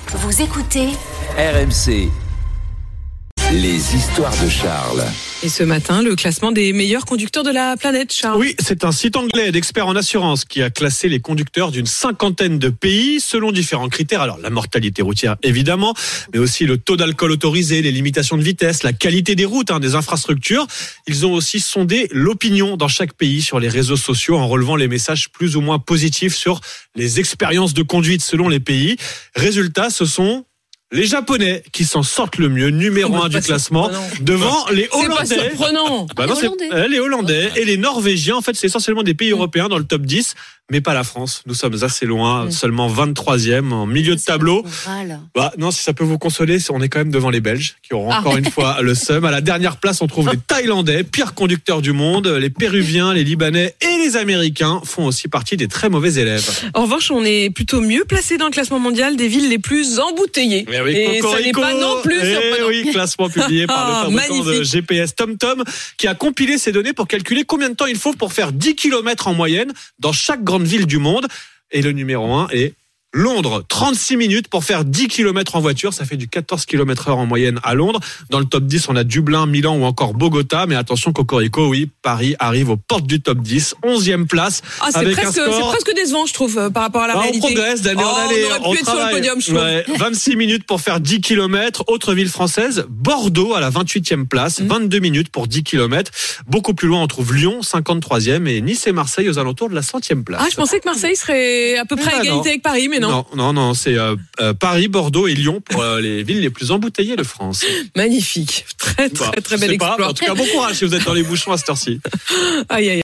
Vous écoutez RMC. Les histoires de Charles. Et ce matin, le classement des meilleurs conducteurs de la planète, Charles. Oui, c'est un site anglais d'experts en assurance qui a classé les conducteurs d'une cinquantaine de pays selon différents critères. Alors, la mortalité routière, évidemment, mais aussi le taux d'alcool autorisé, les limitations de vitesse, la qualité des routes, des infrastructures. Ils ont aussi sondé l'opinion dans chaque pays sur les réseaux sociaux en relevant les messages plus ou moins positifs sur les expériences de conduite selon les pays. Résultat, ce sont les Japonais qui s'en sortent le mieux, numéro 1 du classement, devant les Hollandais. C'est pas surprenant. Les Hollandais et les Norvégiens. En fait, c'est essentiellement des pays européens dans le top 10, mais pas la France. Nous sommes assez loin, seulement 23e, en milieu de tableau. Non, si ça peut vous consoler, on est quand même devant les Belges, qui auront encore une fois le seum. À la dernière place, on trouve les Thaïlandais, pires conducteurs du monde. Les Péruviens, les Libanais et les Américains font aussi partie des très mauvais élèves. En revanche, on est plutôt mieux placé dans le classement mondial des villes les plus embouteillées. Et ça n'est pas non plus surprenant. Oui, classement publié par le fabricant de GPS TomTom, qui a compilé ces données pour calculer combien de temps il faut pour faire 10 km en moyenne dans chaque grande ville du monde. Et le numéro 1 est Londres, 36 minutes pour faire 10 km en voiture, ça fait du 14 km/h en moyenne à Londres. Dans le top 10, on a Dublin, Milan ou encore Bogota, mais attention Cocorico, oui, Paris arrive aux portes du top 10, 11e place. C'est presque décevant, je trouve, par rapport à la réalité. On progresse d'année en année, on aurait pu être sur le podium, je trouve. 26 minutes pour faire 10 km. Autre ville française, Bordeaux à la 28e place, 22 minutes pour 10 km. Beaucoup plus loin, on trouve Lyon, 53e, et Nice et Marseille aux alentours de la 100e place. Je pensais que Marseille serait à peu près à égalité avec Paris, mais non. Non, c'est Paris, Bordeaux et Lyon pour les villes les plus embouteillées de France. Magnifique, très bel exploit. En tout cas, bon courage si vous êtes dans les bouchons à cette heure-ci. Aïe.